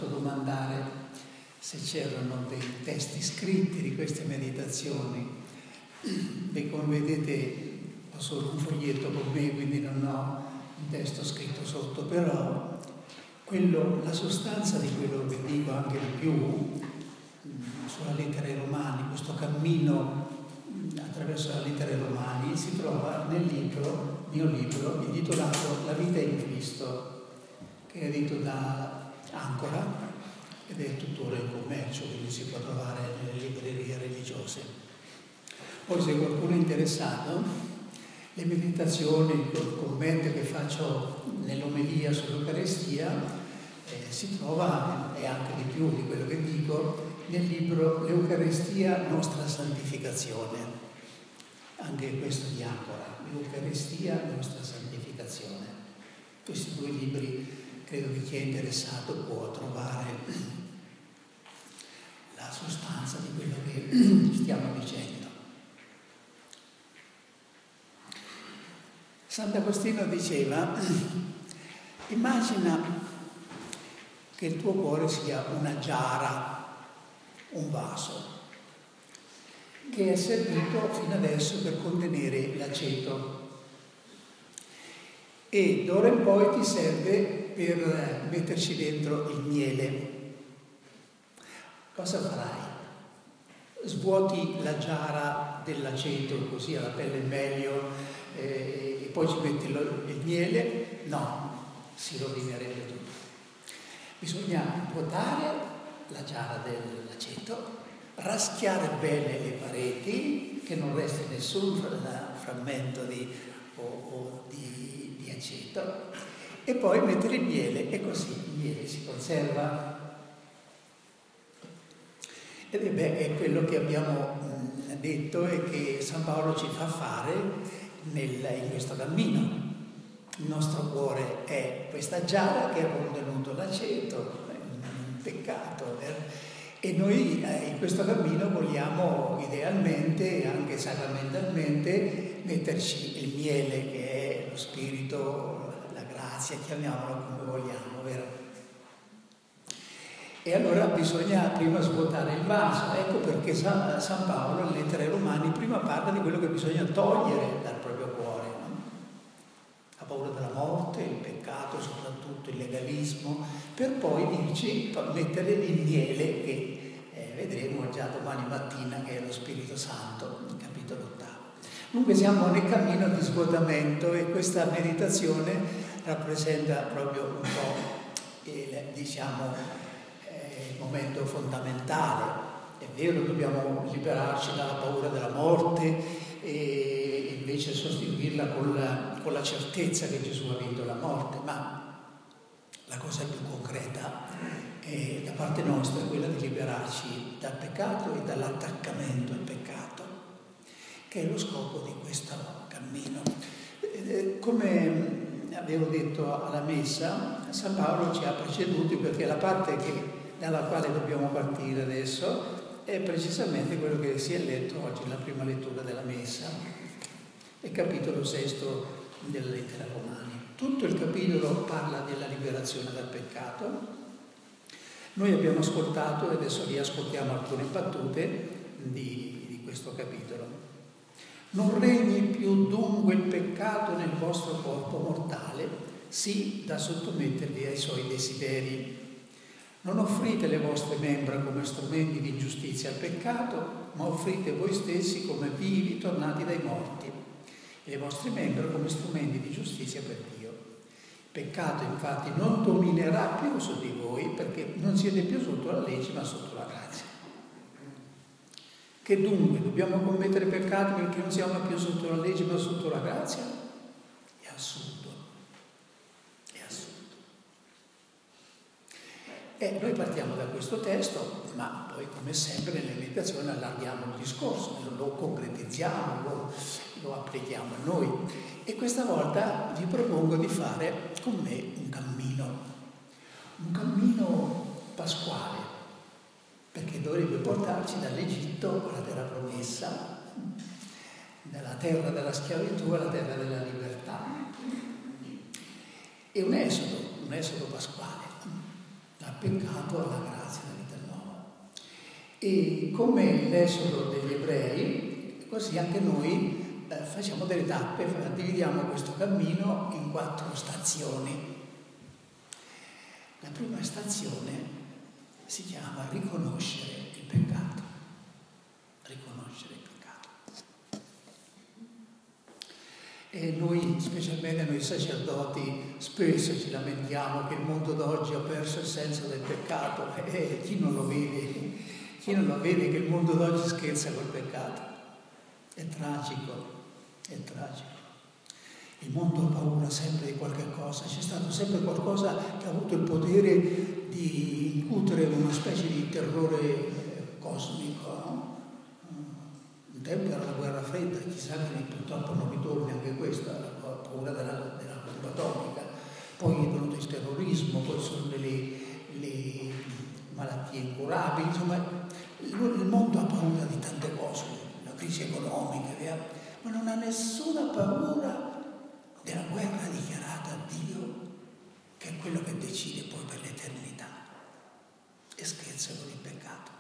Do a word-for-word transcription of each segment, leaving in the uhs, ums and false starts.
fatto domandare se c'erano dei testi scritti di queste meditazioni. Beh, come vedete ho solo un foglietto con me, quindi non ho un testo scritto sotto, però quello, la sostanza di quello che dico, anche di più, sulla lettera ai Romani, questo cammino attraverso la lettera ai Romani, si trova nel libro, mio libro, intitolato La vita in Cristo, che è edito da Ancora ed è tuttora in commercio, quindi si può trovare nelle librerie religiose. Poi, se qualcuno è interessato, le meditazioni, il commento che faccio nell'omelia sull'Eucaristia eh, si trova, e anche di più di quello che dico, nel libro L'Eucaristia, nostra santificazione. Anche questo di Ancora, L'Eucaristia, nostra santificazione. Questi due libri credo che chi è interessato può trovare la sostanza di quello che stiamo dicendo. Sant'Agostino diceva: immagina che il tuo cuore sia una giara, un vaso, che è servito fino adesso per contenere l'aceto e d'ora in poi ti serve per metterci dentro il miele. Cosa farai? Svuoti la giara dell'aceto così alla pelle meglio eh, e poi ci metti lo, il miele? No, si rovinerebbe tutto. Bisogna vuotare la giara dell'aceto, raschiare bene le pareti, che non resti nessun frammento di, o, o di, di aceto, e poi mettere il miele, e così il miele si conserva. Ed beh, è quello che abbiamo mh, detto e che San Paolo ci fa fare nel, in questo cammino. Il nostro cuore è questa giara che ha contenuto l'aceto, un peccato, eh? E noi eh, in questo cammino vogliamo idealmente, anche sacramentalmente, metterci il miele, che è lo spirito, la grazia, chiamiamolo come vogliamo, vero? E allora bisogna prima svuotare il vaso. Ecco perché San, San Paolo, nelle lettere ai Romani, prima parla di quello che bisogna togliere dal proprio cuore, no? La paura della morte, il peccato, soprattutto il legalismo, per poi dirci, mettere il miele, che eh, vedremo già domani mattina, che è lo Spirito Santo, nel capitolo ottavo. Dunque siamo nel cammino di svuotamento e questa meditazione rappresenta proprio un po' il, diciamo, il momento fondamentale. È vero, dobbiamo liberarci dalla paura della morte e invece sostituirla con la, con la certezza che Gesù ha vinto la morte, ma la cosa più concreta è, da parte nostra, è quella di liberarci dal peccato e dall'attaccamento al peccato, che è lo scopo di questo cammino. Come avevo detto alla messa, San Paolo ci ha preceduti, perché la parte che dalla quale dobbiamo partire adesso è precisamente quello che si è letto oggi nella prima lettura della Messa, il capitolo sesto della lettera ai Romani. Tutto il capitolo parla della liberazione dal peccato. Noi abbiamo ascoltato e adesso riascoltiamo alcune battute di, di questo capitolo. Non regni più dunque il peccato nel vostro corpo mortale, sì da sottomettervi ai suoi desideri. Non offrite le vostre membra come strumenti di giustizia al peccato, ma offrite voi stessi come vivi tornati dai morti, e le vostre membra come strumenti di giustizia per Dio. Il peccato infatti non dominerà più su di voi, perché non siete più sotto la legge ma sotto la grazia. Che dunque dobbiamo commettere peccati perché non siamo più sotto la legge ma sotto la grazia? È assurdo. E noi partiamo da questo testo, ma poi come sempre nelle meditazioni allarghiamo il discorso, lo concretizziamo, lo, lo applichiamo a noi. E questa volta vi propongo di fare con me un cammino, un cammino pasquale, perché dovrebbe portarci dall'Egitto alla terra promessa, dalla terra della schiavitù alla terra della libertà. È un esodo, un esodo pasquale. dal peccato alla grazia della vita nuova. E come l'esodo degli ebrei, così anche noi eh, facciamo delle tappe, dividiamo questo cammino in quattro stazioni. La prima stazione si chiama riconoscere il peccato. Riconoscere il peccato. E noi, specialmente noi sacerdoti, spesso ci lamentiamo che il mondo d'oggi ha perso il senso del peccato e chi non lo vede, chi non lo vede che il mondo d'oggi scherza col peccato. È tragico, è tragico. Il mondo ha paura sempre di qualche cosa, c'è stato sempre qualcosa che ha avuto il potere di incutere una specie di terrore cosmico, no? Un tempo era la guerra fredda, chissà che purtroppo non ritorni anche questa, la paura della, della bomba atomica. Poi è venuto il terrorismo, poi sono le, le malattie incurabili, insomma il mondo ha paura di tante cose, la crisi economica, via, ma non ha nessuna paura della guerra dichiarata a Dio, che è quello che decide poi per l'eternità, e scherza con il peccato.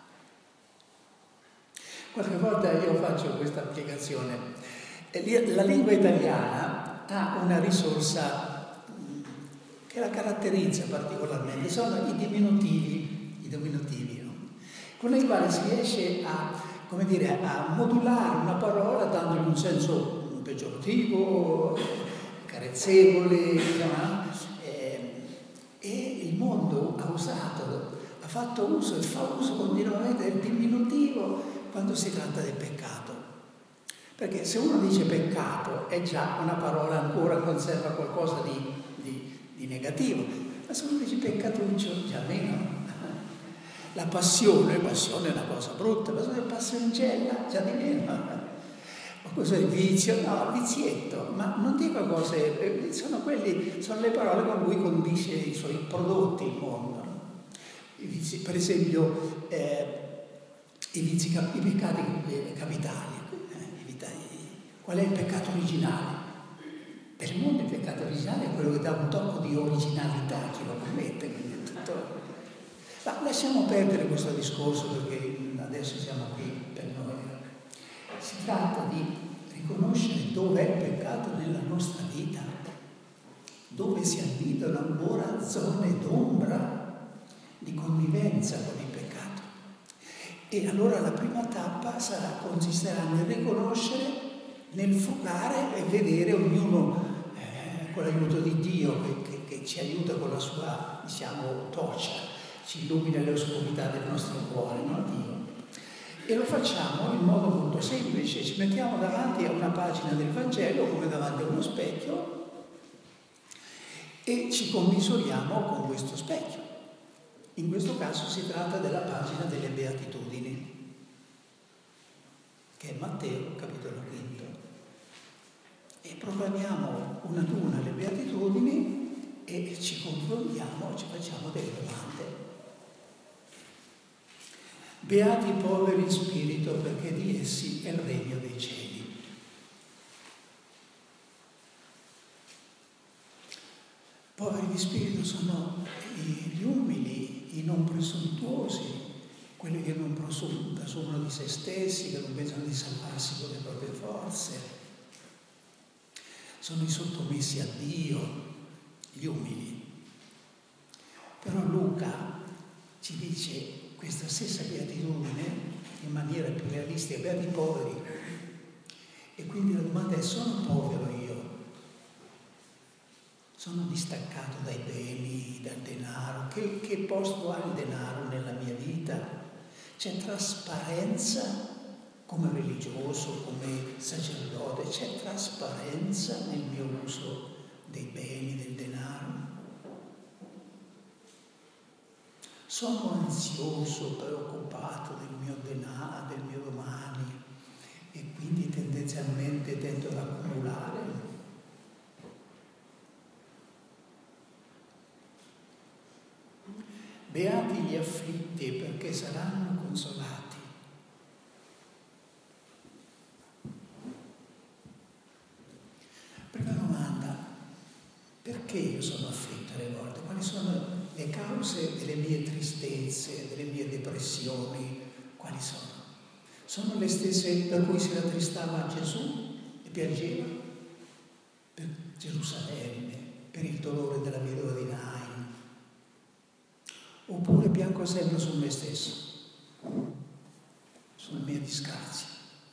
Qualche volta io faccio questa applicazione. La lingua italiana ha una risorsa che la caratterizza particolarmente, sono i diminutivi, i diminutivi, no? Con i quali si riesce a, come dire, a modulare una parola dandogli un senso peggiorativo, carezzevole, insomma, eh, e il mondo ha usato, ha fatto uso e fa uso continuamente del diminutivo quando si tratta del peccato. Perché se uno dice peccato è già una parola ancora conserva qualcosa di, di, di negativo, ma se uno dice peccatuccio già meno. La passione, passione è una cosa brutta, ma se uno passioncella già di meno. Cos'è il vizio? No, il vizietto, ma non dico cose, sono, quelli, sono le parole con cui condisce i suoi prodotti il mondo. No? I vizi, per esempio, eh, i vizi, i peccati capitali. Eh, qual è il peccato originale? Per il mondo il peccato originale è quello che dà un tocco di originalità a chi lo commette. Quindi tutto... Ma lasciamo perdere questo discorso perché adesso siamo qui per noi. Si tratta di riconoscere dove è il peccato nella nostra vita, dove si annidano ancora zone d'ombra di convivenza con il peccato. E allora la prima tappa sarà, consisterà nel riconoscere, nel fugare e vedere ognuno eh, con l'aiuto di Dio che, che, che ci aiuta con la sua, diciamo, torcia, ci illumina le oscurità del nostro cuore, no? Dio. E lo facciamo in modo molto semplice, ci mettiamo davanti a una pagina del Vangelo come davanti a uno specchio e ci commisuriamo con questo specchio. In questo caso si tratta della pagina delle Beatitudini, che è Matteo, capitolo quinto. E proclamiamo una ad una le Beatitudini e ci confrontiamo, ci facciamo delle domande. Beati i poveri in spirito, perché di essi è il regno dei cieli. Poveri di spirito sono gli umili, i non presuntuosi, quelli che non presumono di se stessi, che non pensano di salvarsi con le proprie forze. Sono i sottomessi a Dio, gli umili. Però Luca ci dice questa stessa beatitudine in maniera più realistica, beati i poveri. E quindi la domanda è: sono povero io? Sono distaccato dai beni, dal denaro? Che, che posto ha il denaro nella mia vita? C'è trasparenza come religioso, come sacerdote? C'è trasparenza nel mio uso dei beni, del denaro? Sono ansioso, preoccupato del mio denaro, del mio domani e quindi tendenzialmente tendo ad accumulare. Beati gli afflitti perché saranno consolati. Prima domanda: perché io sono afflitto alle volte? Quali sono le cause delle mie tristezze, delle mie depressioni, quali sono? Sono le stesse per cui si rattristava Gesù e piangeva? Per Gerusalemme, per il dolore della vedova di Nain? Oppure piango sempre su me stesso, sulla mia disgrazia?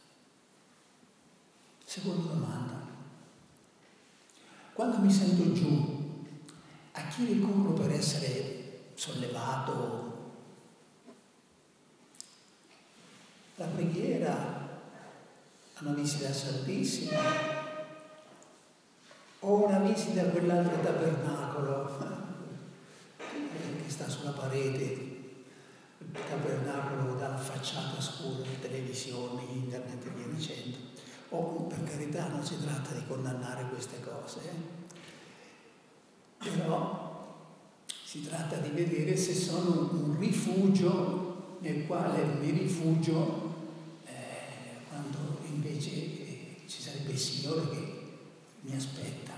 Seconda domanda. Quando mi sento giù, a chi ricorro per essere sollevato? La preghiera a una visita al Santissimo o una visita a quell'altro tabernacolo che sta sulla parete, il tabernacolo dalla facciata scura, televisione, internet e via dicendo. O per carità non si tratta di condannare queste cose, eh? Però si tratta di vedere se sono un rifugio nel quale mi rifugio eh, quando invece eh, ci sarebbe il Signore che mi aspetta.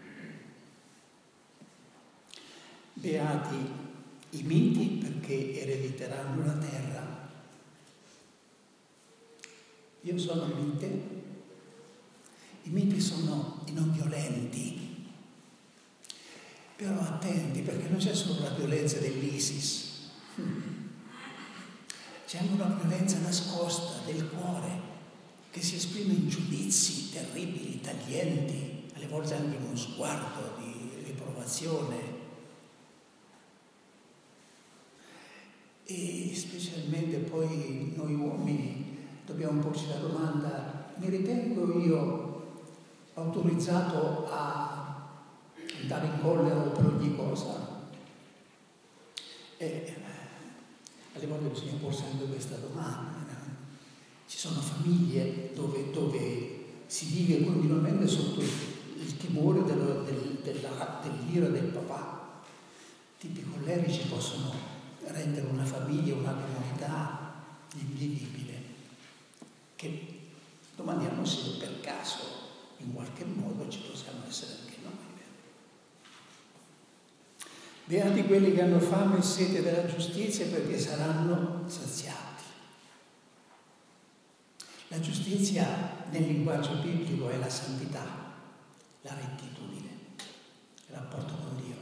Beati i miti perché erediteranno la terra. Io sono mite. I miti sono i non violenti, però attenti perché non c'è solo la violenza dell'ISIS, c'è anche una violenza nascosta del cuore che si esprime in giudizi terribili, taglienti, alle volte anche in uno sguardo di riprovazione. E specialmente poi noi uomini dobbiamo porci la domanda: mi ritengo io autorizzato a andare in collera per ogni cosa? E alle volte bisogna porsi anche questa domanda. Ci sono famiglie dove, dove si vive continuamente sotto il, il timore dello, del, della, dell'ira del papà. Tipi collerici possono rendere una famiglia, una comunità invivibile, che domandiamo se per caso in qualche modo ci possiamo essere anche noi. Beati quelli che hanno fame e sete della giustizia perché saranno saziati. La giustizia nel linguaggio biblico è la santità, la rettitudine, il rapporto con Dio.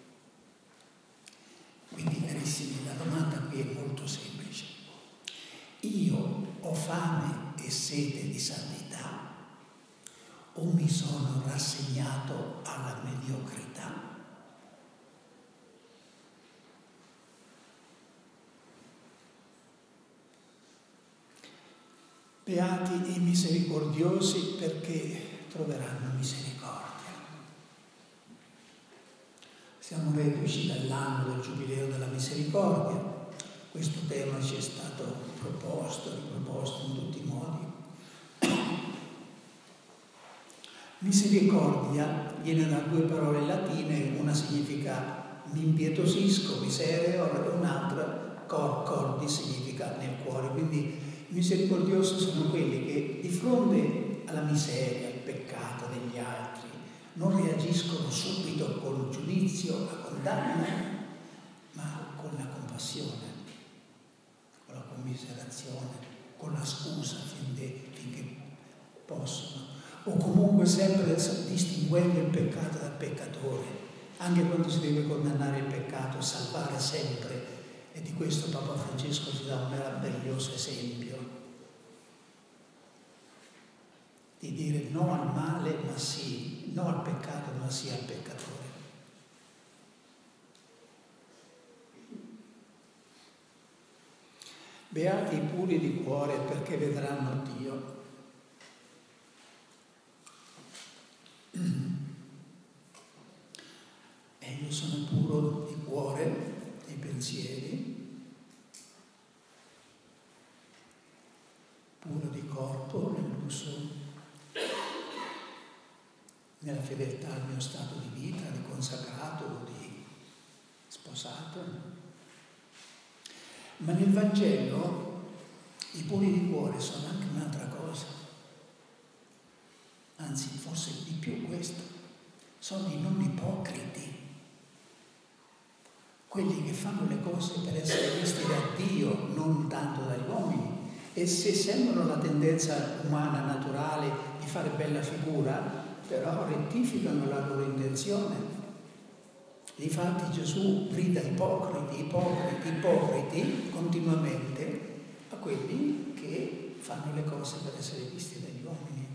Quindi, carissimi, la domanda qui è molto semplice. Io ho fame e sete di santità o mi sono rassegnato alla mediocrità? Beati i misericordiosi perché troveranno misericordia. Siamo reduci dall'anno del Giubileo della Misericordia. Questo tema ci è stato proposto, riproposto in tutti i modi. Misericordia viene da due parole latine, una significa mi impietosisco, misereo, e un'altra cor, cordi significa nel cuore. Quindi misericordiosi sono quelli che di fronte alla miseria, al peccato degli altri, non reagiscono subito con giudizio, la condanna, ma con la compassione, con la commiserazione, con la scusa finché, finché possono. O comunque sempre distinguendo il peccato dal peccatore, anche quando si deve condannare il peccato, salvare sempre. E di questo Papa Francesco ci dà un meraviglioso esempio, di dire no al male ma sì, no al peccato ma sì al peccatore. Beati i puri di cuore perché vedranno Dio. E io sono puro di cuore, di pensieri, puro di corpo, nell'uso, nella fedeltà al mio stato di vita, di consacrato o di sposato. Ma nel Vangelo i puri di cuore sono anche un'altra cosa, anzi forse di più questo, sono i non ipocriti. quelli che fanno le cose per essere visti da Dio, non tanto dagli uomini. E se sembrano la tendenza umana, naturale, di fare bella figura, però rettificano la loro intenzione. Difatti Gesù grida ipocriti, ipocriti, ipocriti continuamente a quelli che fanno le cose per essere visti dagli uomini.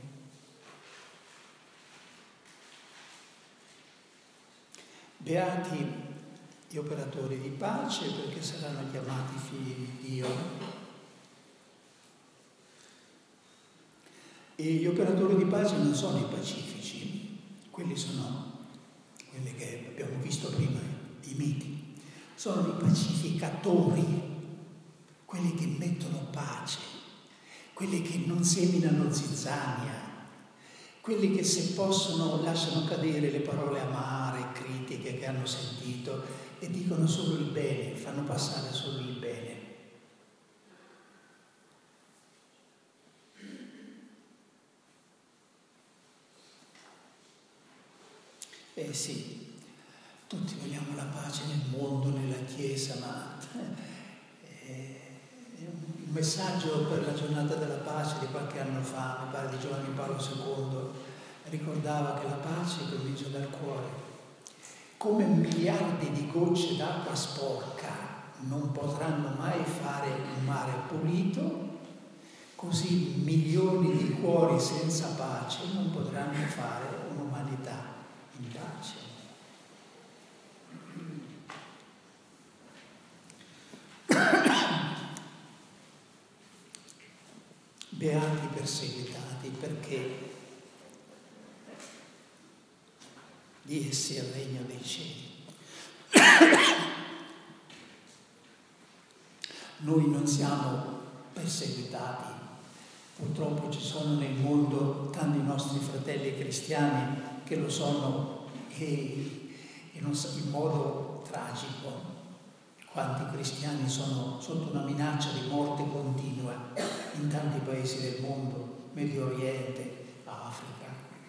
Beati gli operatori di pace, perché saranno chiamati figli di Dio. E gli operatori di pace non sono i pacifici, quelli sono quelli che abbiamo visto prima, i miti. Sono i pacificatori, quelli che mettono pace, quelli che non seminano zizzania, quelli che se possono lasciano cadere le parole amare, critiche che hanno sentito e dicono solo il bene, fanno passare solo il bene. Eh sì, tutti vogliamo la pace nel mondo, nella Chiesa, ma eh, un messaggio per la giornata della pace di qualche anno fa, mi pare di Giovanni Paolo secondo, ricordava che la pace comincia dal cuore. Come miliardi di gocce d'acqua sporca non potranno mai fare un mare pulito, così milioni di cuori senza pace non potranno fare un'umanità in pace. Beati perseguitati, perché di essi è il regno dei cieli. Noi non siamo perseguitati, purtroppo ci sono nel mondo tanti nostri fratelli cristiani che lo sono e, e non so, in modo tragico. Quanti cristiani sono sotto una minaccia di morte continua in tanti paesi del mondo, Medio Oriente, Africa.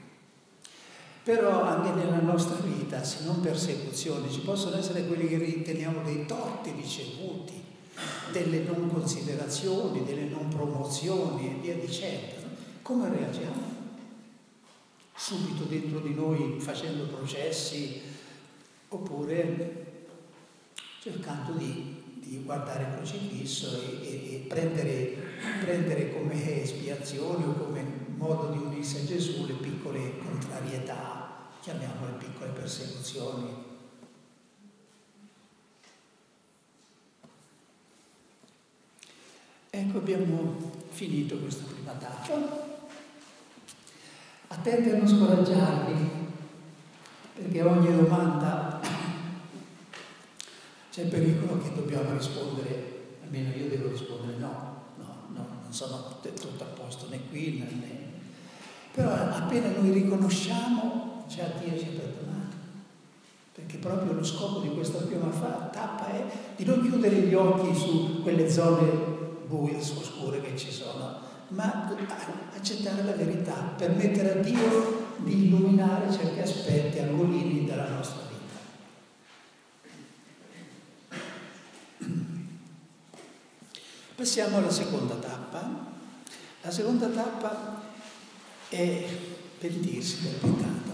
Però anche nella nostra vita, se non persecuzioni, ci possono essere quelli che riteniamo dei torti ricevuti, delle non considerazioni, delle non promozioni e via dicendo. Come reagiamo? Subito dentro di noi facendo processi, oppure cercando di, di guardare il crocifisso e, e, e prendere, prendere come espiazione o come modo di unirsi a Gesù le piccole contrarietà, chiamiamole piccole persecuzioni. Ecco, abbiamo finito questa prima tappa. Attenti a non scoraggiarvi, perché ogni domanda c'è il pericolo che dobbiamo rispondere, almeno io devo rispondere no, no, no, non sono tutto a posto né qui né, né. Però appena noi riconosciamo, già Dio ci ha perdonato, perché proprio lo scopo di questa prima tappa è di non chiudere gli occhi su quelle zone buie, oscure che ci sono, ma accettare la verità, permettere a Dio di illuminare certi aspetti angolini della nostra vita. Passiamo alla seconda tappa. La seconda tappa è pentirsi del peccato.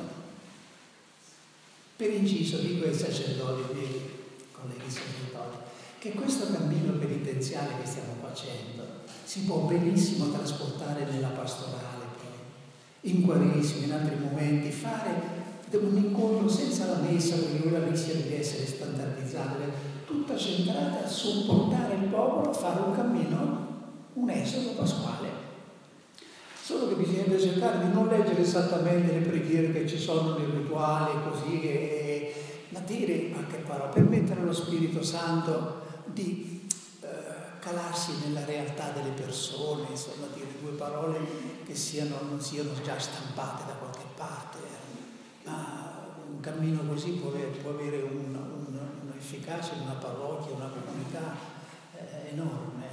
Per inciso dico ai sacerdoti, ai miei colleghi sacerdoti, che questo cammino penitenziale che stiamo facendo si può benissimo trasportare nella pastorale, poi, in Quaresima, in altri momenti, fare un incontro senza la messa, perché ora rischia di essere standardizzata, tutta centrata a supportare il popolo a fare un cammino, un esodo pasquale. Solo che bisogna cercare di non leggere esattamente le preghiere che ci sono nel rituale, così, e, ma dire qualche parola, permettere allo Spirito Santo di eh, calarsi nella realtà delle persone, insomma, dire due parole che siano, non siano già stampate da qualche parte. Ma un cammino così può avere, può avere un, un, un'efficacia in una parrocchia, una comunità eh, enorme.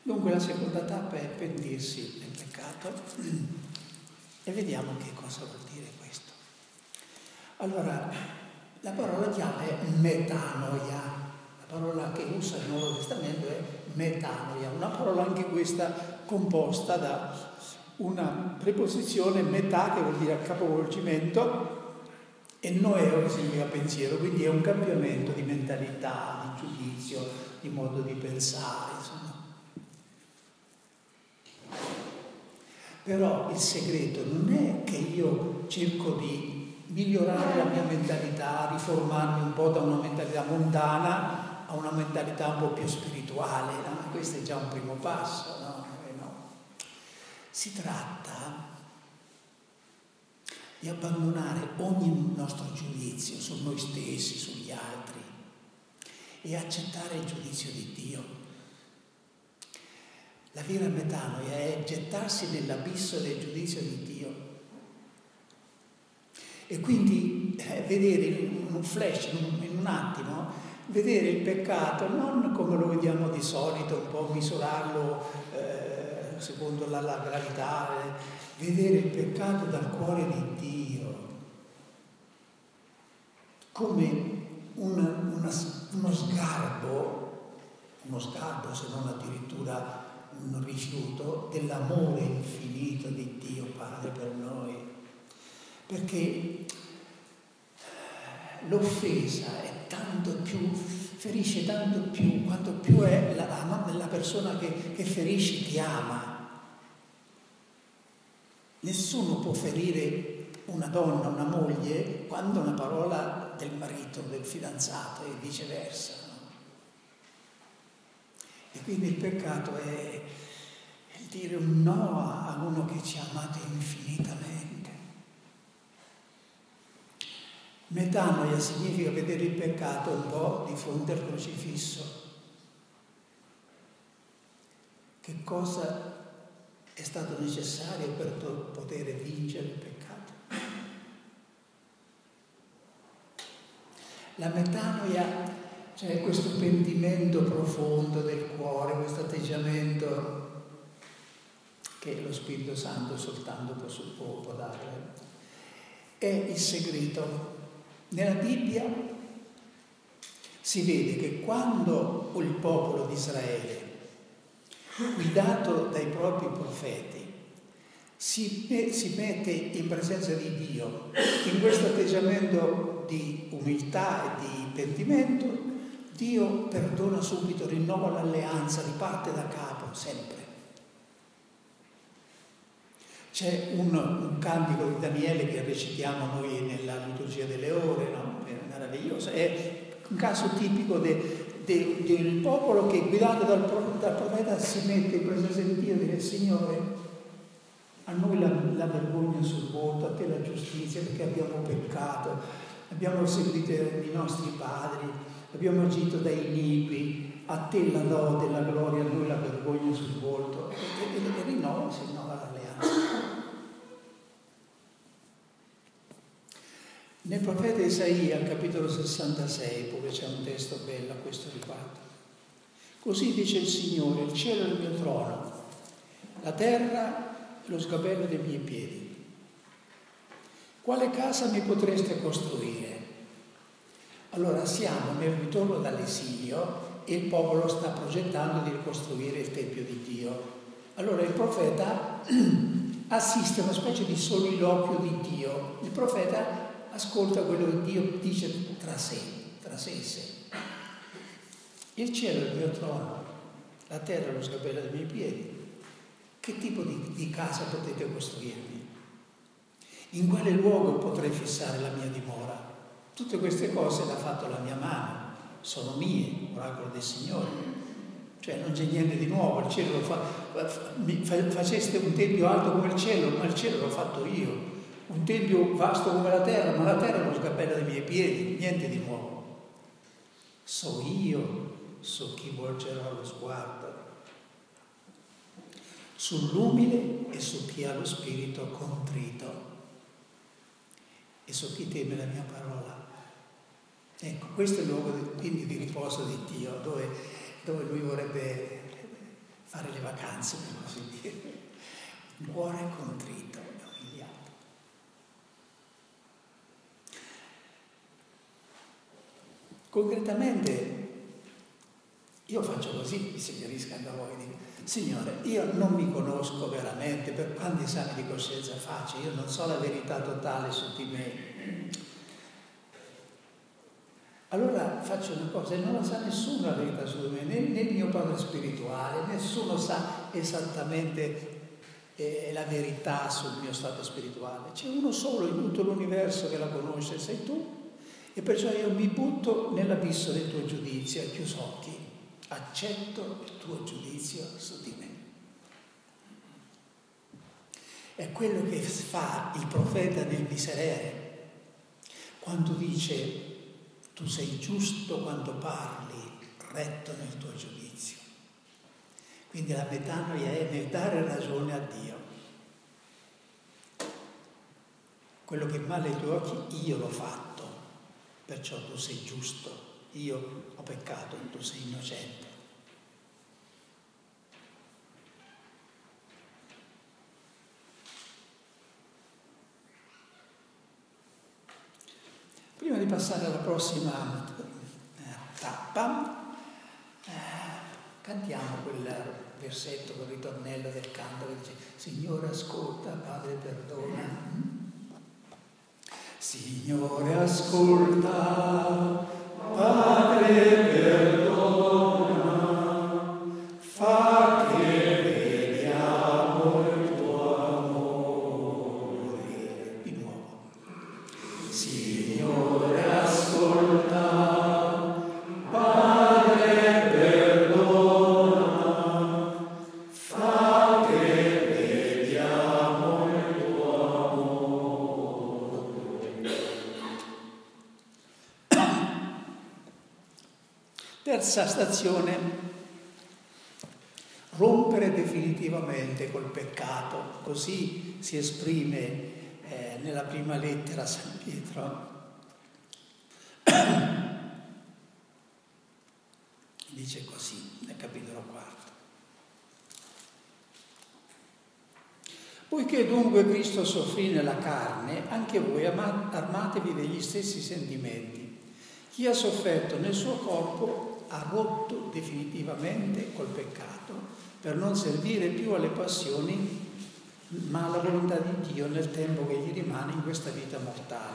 Dunque la seconda tappa è pentirsi del peccato e vediamo che cosa vuol dire questo. Allora, la parola chiave è metanoia, la parola che usa il Nuovo Testamento è metanoia, una parola anche questa composta da una preposizione metà, che vuol dire capovolgimento, e noeo, che significa pensiero, quindi è un cambiamento di mentalità, di giudizio, di modo di pensare, insomma. Però il segreto non è che io cerco di migliorare la mia mentalità, riformarmi un po' da una mentalità mondana a una mentalità un po' più spirituale, no? Questo è già un primo passo, no? Eh no. Si tratta di abbandonare ogni nostro giudizio su noi stessi, sugli altri, e accettare il giudizio di Dio. La vera metanoia è gettarsi nell'abisso del giudizio di Dio e quindi eh, vedere in un flash, in un, in un attimo, vedere il peccato non come lo vediamo di solito, un po' misurarlo eh, secondo la, la gravità, eh, vedere il peccato dal cuore di Dio come un, una, uno sgarbo, uno sgarbo se non addirittura un rifiuto dell'amore infinito di Dio Padre per noi, perché l'offesa è tanto più, ferisce tanto più quanto più è la, la persona che, che ferisce ti ama. Nessuno può ferire una donna, una moglie, quando una parola del marito, del fidanzato e viceversa. E quindi il peccato è il dire un no a uno che ci ha amato infinitamente. Metanoia significa vedere il peccato un po' di fronte al crocifisso. Che cosa è stato necessario per poter vincere il peccato? La metanoia, cioè questo pentimento profondo del cuore, questo atteggiamento che lo Spirito Santo soltanto può, può dare, è il segreto. Nella Bibbia si vede che quando il popolo di Israele, guidato dai propri profeti, si, si mette in presenza di Dio, in questo atteggiamento di umiltà e di pentimento, Dio perdona subito, rinnova l'alleanza, riparte da capo, sempre. C'è un, un cantico di Daniele che recitiamo noi nella liturgia delle ore, no? È meraviglioso, è un caso tipico de, de, del popolo che, guidato dal, dal profeta, si mette in presenza di Dio e dice: Signore, a noi la, la vergogna sul volto, a te la giustizia, perché abbiamo peccato, abbiamo seguito i nostri padri, abbiamo agito da iniqui, a te la lode, la gloria, a noi la vergogna sul volto. E, e, e rinnova, si rinnova l'alleanza. Nel profeta Isaia, al capitolo sessantasei, dove c'è un testo bello a questo riguardo, così dice il Signore: il cielo è il mio trono, la terra è lo sgabello dei miei piedi. Quale casa mi potreste costruire? Allora siamo nel ritorno dall'esilio e il popolo sta progettando di ricostruire il Tempio di Dio. Allora il profeta assiste a una specie di soliloquio di Dio. Il profeta ascolta quello che Dio dice tra sé, tra sé e sé. Il cielo è il mio trono, la terra è lo sgabello dei miei piedi. Che tipo di, di casa potete costruirmi? In quale luogo potrei fissare la mia dimora? Tutte queste cose le ha fatto la mia mano, sono mie, oracolo del Signore. Cioè non c'è niente di nuovo, il cielo lo fa, faceste un tempio alto come il cielo, ma il cielo l'ho fatto io. Un tempio vasto come la terra, ma la terra è lo sgabello dei miei piedi, niente di nuovo. So io, su chi volgerò lo sguardo, sull'umile e su chi ha lo spirito contrito e su chi teme la mia parola. Ecco, questo è il luogo quindi di riposo di Dio, dove, dove Lui vorrebbe fare le vacanze, per così dire. Un cuore contrito e umiliato. Concretamente io faccio così, mi suggerisco anche a voi, dico, Signore, io non mi conosco veramente, per quanti esami di coscienza faccio, io non so la verità totale su di me. Allora faccio una cosa, e non la sa nessuno la verità su di me, né, né il mio padre spirituale, nessuno sa esattamente eh, la verità sul mio stato spirituale. C'è uno solo in tutto l'universo che la conosce, sei tu, e perciò io mi butto nell'abisso del tuo giudizio, a chiuso occhi, accetto il tuo giudizio su di me. È quello che fa il profeta nel Miserere, quando dice: tu sei giusto quando parli, retto nel tuo giudizio. Quindi la metanoia è nel dare ragione a Dio. Quello che è male ai tuoi occhi, io l'ho fatto, perciò tu sei giusto. Io ho peccato, tu sei innocente. Prima di passare alla prossima eh, tappa, eh, cantiamo quel versetto, quel ritornello del canto che dice: Signore ascolta, Padre perdona. Signore ascolta, Padre perdona, fa che vediamo il tuo amore. Di nuovo. Signore ascolta, Padre perdona, fa che vediamo il tuo amore. Terza stazione: rompere definitivamente col peccato. Così si esprime eh, nella prima lettera San Pietro. Dice così nel capitolo quarto: poiché dunque Cristo soffrì nella carne, anche voi armatevi degli stessi sentimenti. Chi ha sofferto nel suo corpo ha rotto definitivamente col peccato, per non servire più alle passioni, ma alla volontà di Dio nel tempo che gli rimane in questa vita mortale.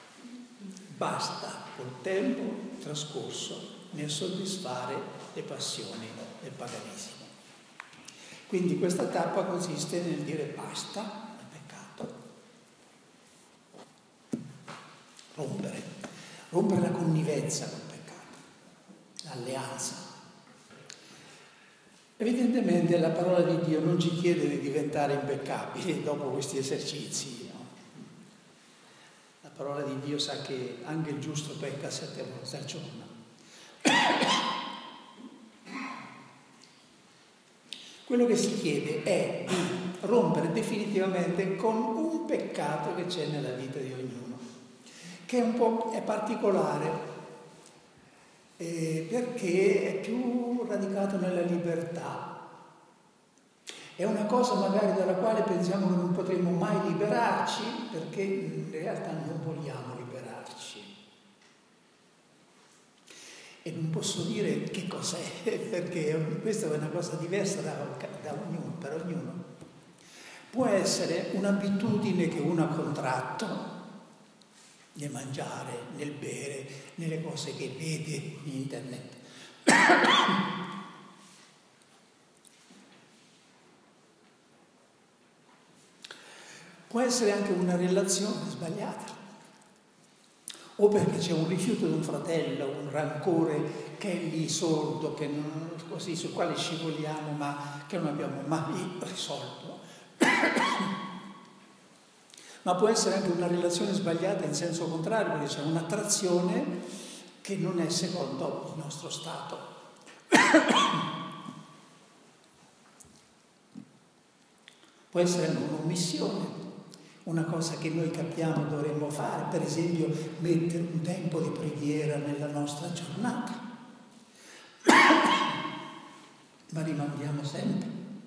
Basta col tempo trascorso nel soddisfare le passioni del paganesimo. Quindi questa tappa consiste nel dire basta al peccato. Rompere. Rompere la connivenza col peccato, l'alleanza. Evidentemente la parola di Dio non ci chiede di diventare impeccabili dopo questi esercizi. No? La parola di Dio sa che anche il giusto pecca sette volte al giorno. Quello che si chiede è di rompere definitivamente con un peccato che c'è nella vita di ognuno, che è un po' è particolare, eh, perché è più radicato nella libertà. È una cosa magari dalla quale pensiamo che non potremo mai liberarci, perché in realtà non vogliamo liberarci. E non posso dire che cos'è, perché questa è una cosa diversa da, da ognuno, per ognuno. Può essere un'abitudine che uno ha contratto nel mangiare, nel bere, nelle cose che vede in internet. Può essere anche una relazione sbagliata, o perché c'è un rifiuto di un fratello, un rancore che è lì sordo, che non, così, sul quale scivoliamo, ma che non abbiamo mai risolto. Ma può essere anche una relazione sbagliata in senso contrario, perché c'è un'attrazione che non è secondo il nostro stato. Può essere un'omissione, una cosa che noi capiamo dovremmo fare, per esempio mettere un tempo di preghiera nella nostra giornata. ma rimandiamo sempre.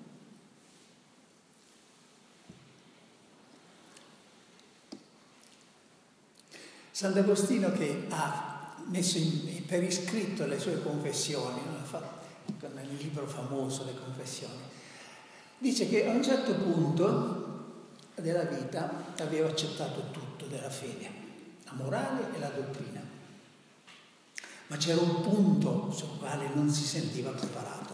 Sant'Agostino, che ha messo in, per iscritto le sue confessioni, nel libro famoso Le Confessioni, dice che a un certo punto della vita aveva accettato tutto della fede, la morale e la dottrina, ma c'era un punto sul quale non si sentiva preparato.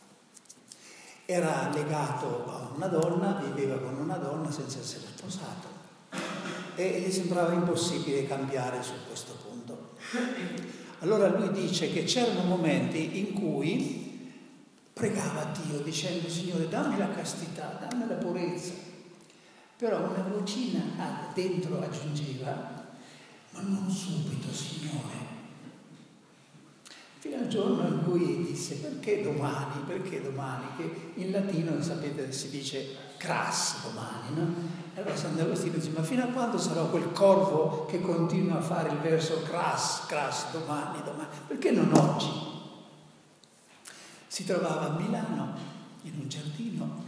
Era legato a una donna, viveva con una donna senza essere sposato e gli sembrava impossibile cambiare su questo punto. Allora lui dice che c'erano momenti in cui pregava Dio dicendo: Signore, dammi la castità, dammi la purezza. Però una vocina dentro aggiungeva: ma non subito, Signore. Fino al giorno in cui disse: perché domani? Perché domani? Che in latino, sapete, si dice cras domani, no? Allora Sant'Agostino dice: ma fino a quando sarò quel corvo che continua a fare il verso cras, cras, domani, domani? Perché non oggi? Si trovava a Milano, in un giardino.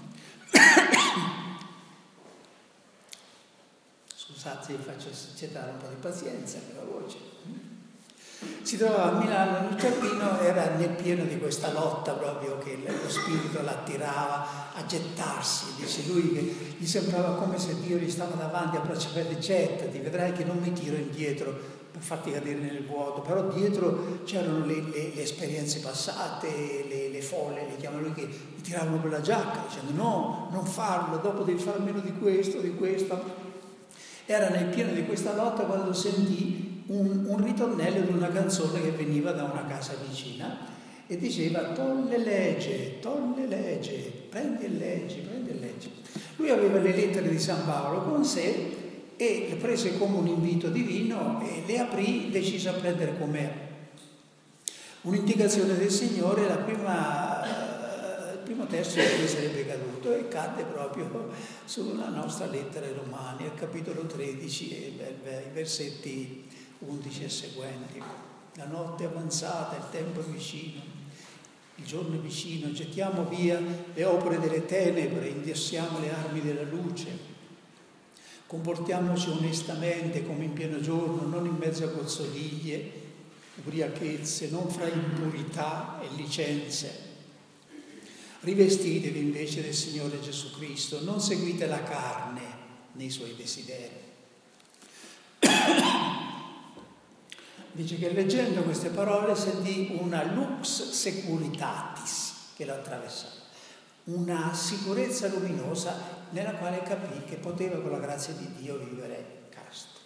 Scusate, vi faccio citare un po' di pazienza con la voce. Si trovava a Milano in un giardino, era nel pieno di questa lotta proprio che lo spirito l'attirava a gettarsi. Dice lui che gli sembrava come se Dio gli stava davanti a braccia aperte: gettati, vedrai che non mi tiro indietro per farti cadere nel vuoto. Però dietro c'erano le, le, le esperienze passate, le, le folle, le chiama lui, che gli tiravano per la giacca dicendo: no, non farlo, dopo devi fare meno di questo, di questo. Era nel pieno di questa lotta quando sentì Un, un ritornello di una canzone che veniva da una casa vicina e diceva: tolle legge, tolle legge, prendi e leggi, prendi e leggi. Lui aveva le lettere di San Paolo con sé e le prese come un invito divino e le aprì, decise a prendere come un'indicazione del Signore la prima, il primo testo in cui sarebbe caduto, e cadde proprio sulla nostra lettera ai Romani, al capitolo tredici, e i versetti undici e seguenti. La notte è avanzata, il tempo è vicino, il giorno è vicino, gettiamo via le opere delle tenebre, indossiamo le armi della luce, comportiamoci onestamente come in pieno giorno, non in mezzo a gozzoliglie, ubriachezze, non fra impurità e licenze. Rivestitevi invece del Signore Gesù Cristo, non seguite la carne nei suoi desideri. Dice che leggendo queste parole sentì una lux securitatis che lo attraversava, una sicurezza luminosa nella quale capì che poteva con la grazia di Dio vivere casto.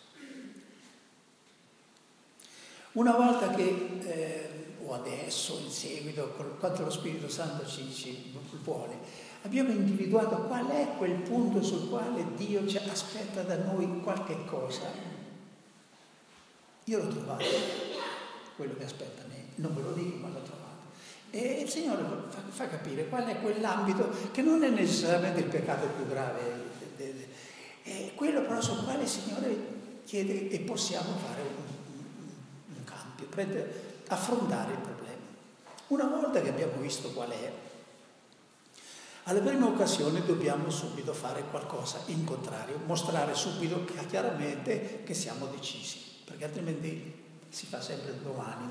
Una volta che, eh, o adesso, in seguito, quanto lo Spirito Santo ci, ci vuole, abbiamo individuato qual è quel punto sul quale Dio ci aspetta da noi qualche cosa. Io l'ho trovato, quello che aspetta me, non ve lo dico, ma l'ho trovato. E il Signore fa, fa capire qual è quell'ambito che non è necessariamente il peccato più grave, è quello però sul quale il Signore chiede e possiamo fare un, un, un cambio, prendere, affrontare il problema. Una volta che abbiamo visto qual è, alla prima occasione dobbiamo subito fare qualcosa in contrario, mostrare subito chiaramente che siamo decisi, perché altrimenti si fa sempre domani,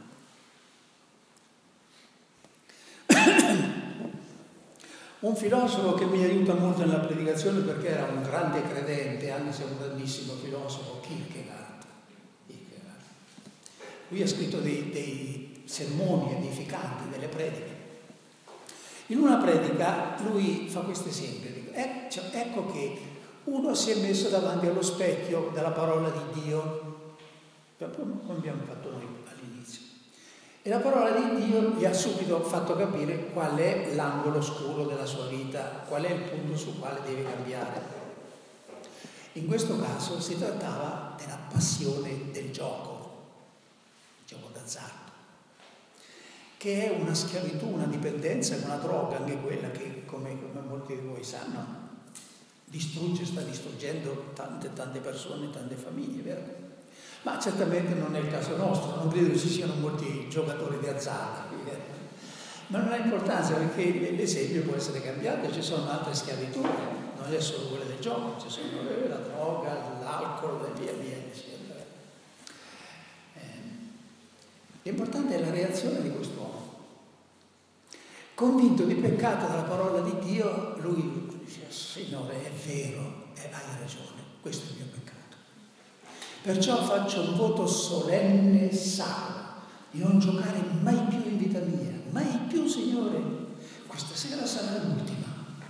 domani. Un filosofo che mi aiuta molto nella predicazione, perché era un grande credente, anche se un grandissimo filosofo, Kierkegaard. Kierkegaard. Lui ha scritto dei, dei sermoni edificanti, delle prediche. In una predica lui fa questo esempio: ecco che uno si è messo davanti allo specchio della parola di Dio, come abbiamo fatto noi all'inizio, e la parola di Dio gli ha subito fatto capire qual è l'angolo scuro della sua vita, qual è il punto sul quale deve cambiare. In questo caso si trattava della passione del gioco, il gioco d'azzardo, che è una schiavitù, una dipendenza, una droga, anche quella che, come, come molti di voi sanno, distrugge, sta distruggendo tante tante persone, tante famiglie, vero? Ma certamente non è il caso nostro, non credo ci siano molti giocatori di azzardo, Ma non ha importanza, perché l'esempio può essere cambiato, ci sono altre schiavitù, non è solo quelle del gioco, ci sono la droga, l'alcol e via via, eccetera. Eh, l'importante è la reazione di quest'uomo. Convinto di peccato dalla parola di Dio, lui dice: Signore, è vero, eh, hai ragione, questo è il mio peccato. Perciò faccio un voto solenne e sacro di non giocare mai più in vita mia, mai più, Signore, questa sera sarà l'ultima.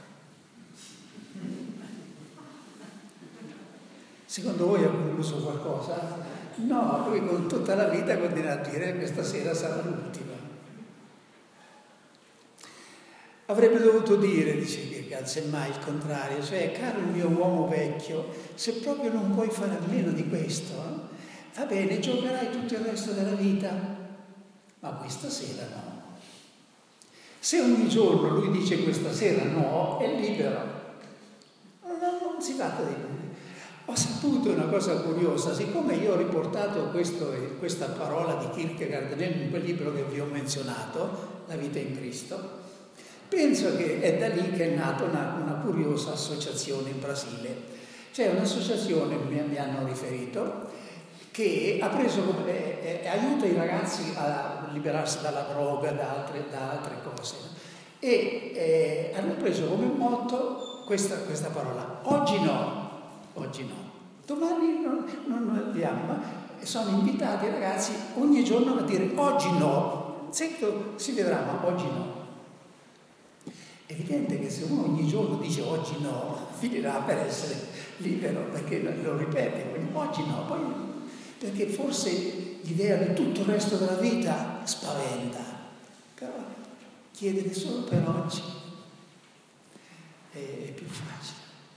Secondo voi ha concluso qualcosa? No, lui con tutta la vita continua a dire: questa sera sarà l'ultima. Avrebbe dovuto dire, dice che semmai il contrario, cioè: caro il mio uomo vecchio, se proprio non puoi fare a meno di questo, eh, va bene, giocherai tutto il resto della vita, ma questa sera no. Se ogni giorno lui dice questa sera no, è libero. Non, non si tratta di lui. Ho saputo una cosa curiosa, siccome io ho riportato questo, questa parola di Kierkegaard in quel libro che vi ho menzionato, La vita in Cristo, penso che è da lì che è nata una, una curiosa associazione in Brasile. C'è un'associazione, mi, mi hanno riferito, che ha preso come, eh, eh, aiuta i ragazzi a liberarsi dalla droga, da altre, da altre cose, e eh, hanno preso come motto questa, questa parola: oggi no, oggi no, domani non, non, non abbiamo, ma sono invitati i ragazzi ogni giorno a dire oggi no, certo si vedrà, ma oggi no. È evidente che se uno ogni giorno dice oggi no, finirà per essere libero, perché lo ripete, quindi oggi no, poi perché forse l'idea di tutto il resto della vita spaventa, però chiedere solo per oggi è, è più facile.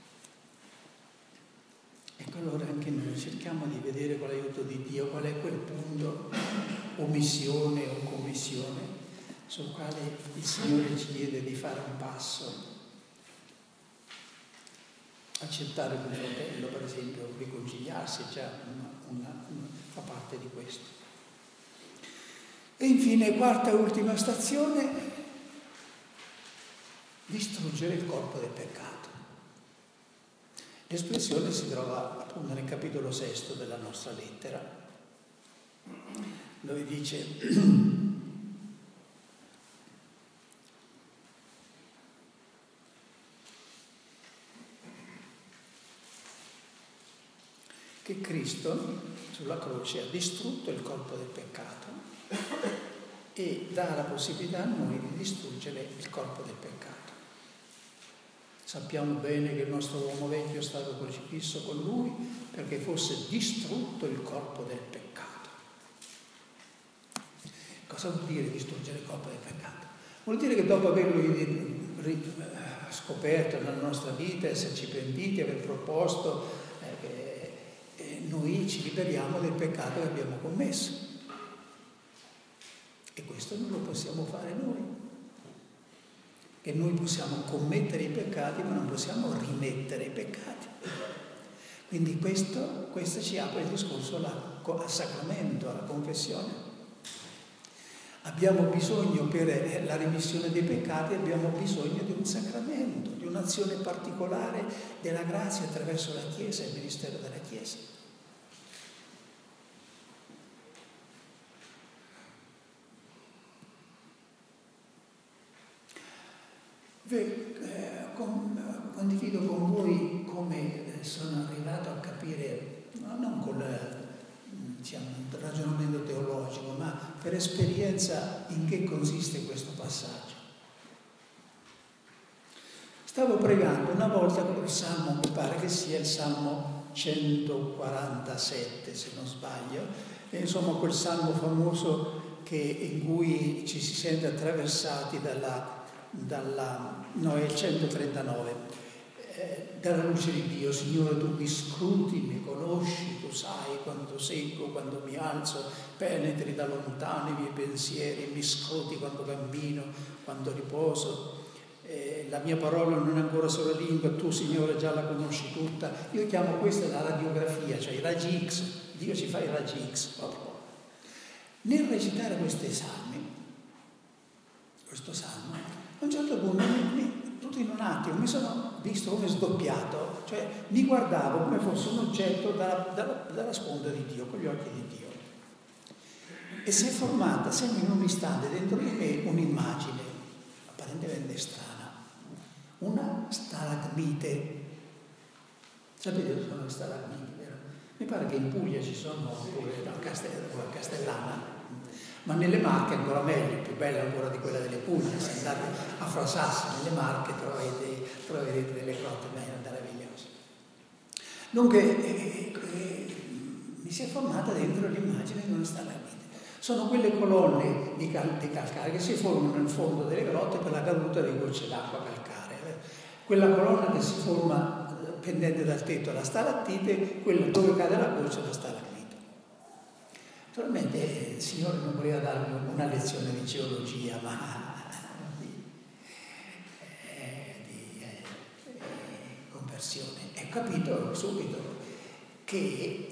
Ecco, allora anche noi cerchiamo di vedere con l'aiuto di Dio qual è quel punto, omissione o commissione, sul quale il Signore ci chiede di fare un passo. Accettare un fratello, per esempio, riconciliarsi, già una, una, una, fa parte di questo. E infine, quarta e ultima stazione, distruggere il corpo del peccato. L'espressione si trova appunto nel capitolo sesto della nostra lettera, dove dice: che Cristo sulla croce ha distrutto il corpo del peccato e dà la possibilità a noi di distruggere il corpo del peccato. Sappiamo bene che il nostro uomo vecchio è stato crocifisso con lui perché fosse distrutto il corpo del peccato. Cosa vuol dire distruggere il corpo del peccato? Vuol dire che dopo averlo scoperto nella nostra vita, esserci pentiti, aver proposto, noi ci liberiamo del peccato che abbiamo commesso. E questo non lo possiamo fare noi. E noi possiamo commettere i peccati, ma non possiamo rimettere i peccati. Quindi questo, questo ci apre il discorso alla, al sacramento, alla confessione. Abbiamo bisogno, per la remissione dei peccati, abbiamo bisogno di un sacramento, di un'azione particolare della grazia attraverso la Chiesa e il ministero della Chiesa. Condivido con voi come sono arrivato a capire, non con diciamo, un ragionamento teologico, ma per esperienza, in che consiste questo passaggio. Stavo pregando una volta con il Salmo, mi pare che sia il Salmo centoquarantasette, se non sbaglio, e insomma quel Salmo famoso che, in cui ci si sente attraversati dalla Dalla, no, è il centotrentanove, eh, dalla luce di Dio. Signore, tu mi scruti, mi conosci, tu sai quando secco, quando mi alzo, penetri da lontano i miei pensieri, mi scruti quando cammino, quando riposo. Eh, la mia parola non è ancora sulla lingua, tu, Signore, già la conosci tutta. Io chiamo questa la radiografia, cioè i raggi X. Dio ci fa i raggi X proprio. Nel recitare questi salmi, questo salmo, a un certo punto mi, mi, tutto in un attimo mi sono visto come sdoppiato, cioè mi guardavo come fosse un oggetto dalla, dalla, dalla sponda di Dio, con gli occhi di Dio. E si è formata, sempre in un istante, dentro di me un'immagine apparentemente strana, una stalagmite. Sapete cosa sono le stalagmiti, vero? Mi pare che in Puglia ci sono, oppure a Castel- Castellana, ma nelle Marche ancora meglio, più bella ancora di quella delle Puglie. Se andate a Frasassi, nelle Marche, troverete, troverete delle grotte meravigliose. Dunque, eh, eh, mi si è formata dentro l'immagine di una stalagmite. Sono quelle colonne di, cal- di calcare che si formano nel fondo delle grotte per la caduta di gocce d'acqua calcarea. Quella colonna che si forma eh, pendente dal tetto è la stalattite, quella dove cade la goccia è la stalagmite. Naturalmente il Signore non voleva darmi una lezione di geologia, ma di, eh, di eh, conversione. E ho capito subito che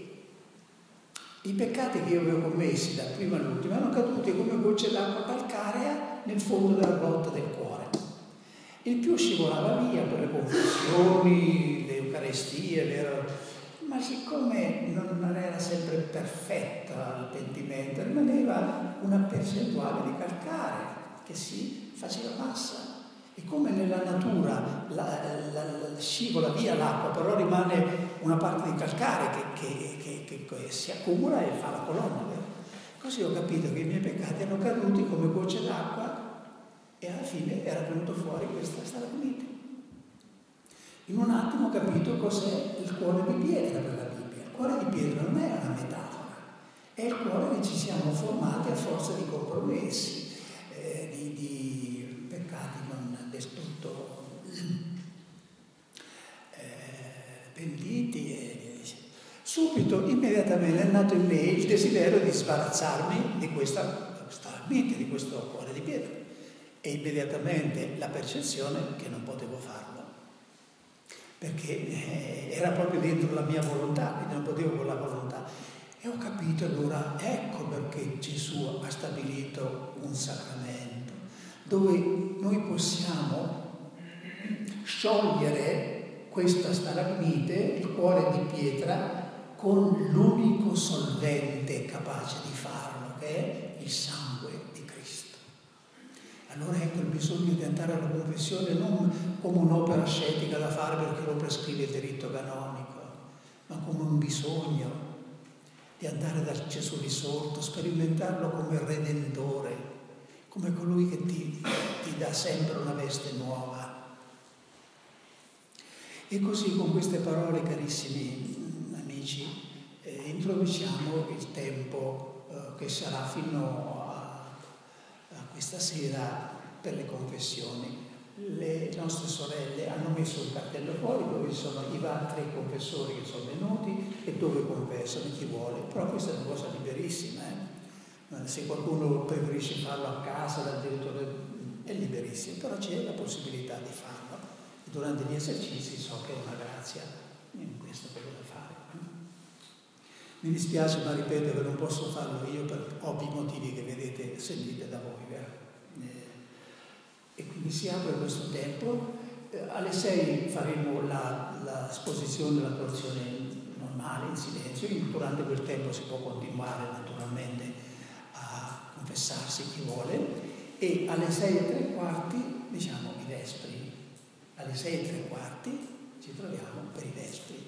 i peccati che io avevo commessi dal primo all'ultimo erano caduti come gocce d'acqua calcarea nel fondo della grotta del cuore. Il più scivolava via per le confessioni, le eucaristie, vero? Ma siccome non, non era sempre perfetta il pentimento, rimaneva una percentuale di calcare che si faceva massa. E come nella natura la, la, la, scivola via l'acqua, però rimane una parte di calcare che, che, che, che si accumula e fa la colonna. Vero? Così ho capito che i miei peccati erano caduti come gocce d'acqua e alla fine era venuto fuori questa stalagmite. In un attimo ho capito cos'è il cuore di pietra per la Bibbia. Il cuore di pietra non è una metafora, è il cuore che ci siamo formati a forza di compromessi, eh, di, di peccati non del tutto eh, pentiti. E subito, immediatamente, è nato in me il desiderio di sbarazzarmi di questa stalagmite, di questo cuore di pietra, e immediatamente la percezione che non potevo farlo, perché era proprio dentro la mia volontà, quindi non potevo con la volontà. E ho capito allora, ecco perché Gesù ha stabilito un sacramento, dove noi possiamo sciogliere questa stalagmite, il cuore di pietra, con l'unico solvente capace di farlo, che è il sangue di Cristo. Allora ecco il bisogno di andare alla confessione non come un'opera ascetica da fare perché lo prescrive il diritto canonico, ma come un bisogno di andare da Gesù risorto, sperimentarlo come Redentore, come colui che ti, ti dà sempre una veste nuova. E così con queste parole, carissimi amici, eh, introduciamo il tempo eh, che sarà fino a, a questa sera per le confessioni. Le nostre sorelle hanno messo un cartello fuori dove ci sono i tre confessori che sono venuti e dove confessano chi vuole, però questa è una cosa liberissima, eh? Se qualcuno preferisce farlo a casa dal direttore è liberissimo, però c'è la possibilità di farlo e durante gli esercizi so che è una grazia in questo che devo fare. Mi dispiace, ma ripeto che non posso farlo io per ovvi motivi che vedete, sentite da voi, vero? E quindi si apre questo tempo. Eh, alle sei faremo la, la esposizione della porzione normale in silenzio. Durante quel tempo si può continuare naturalmente a confessarsi chi vuole, e alle sei e tre quarti diciamo i vespri. Alle sei e tre quarti ci troviamo per i vespri.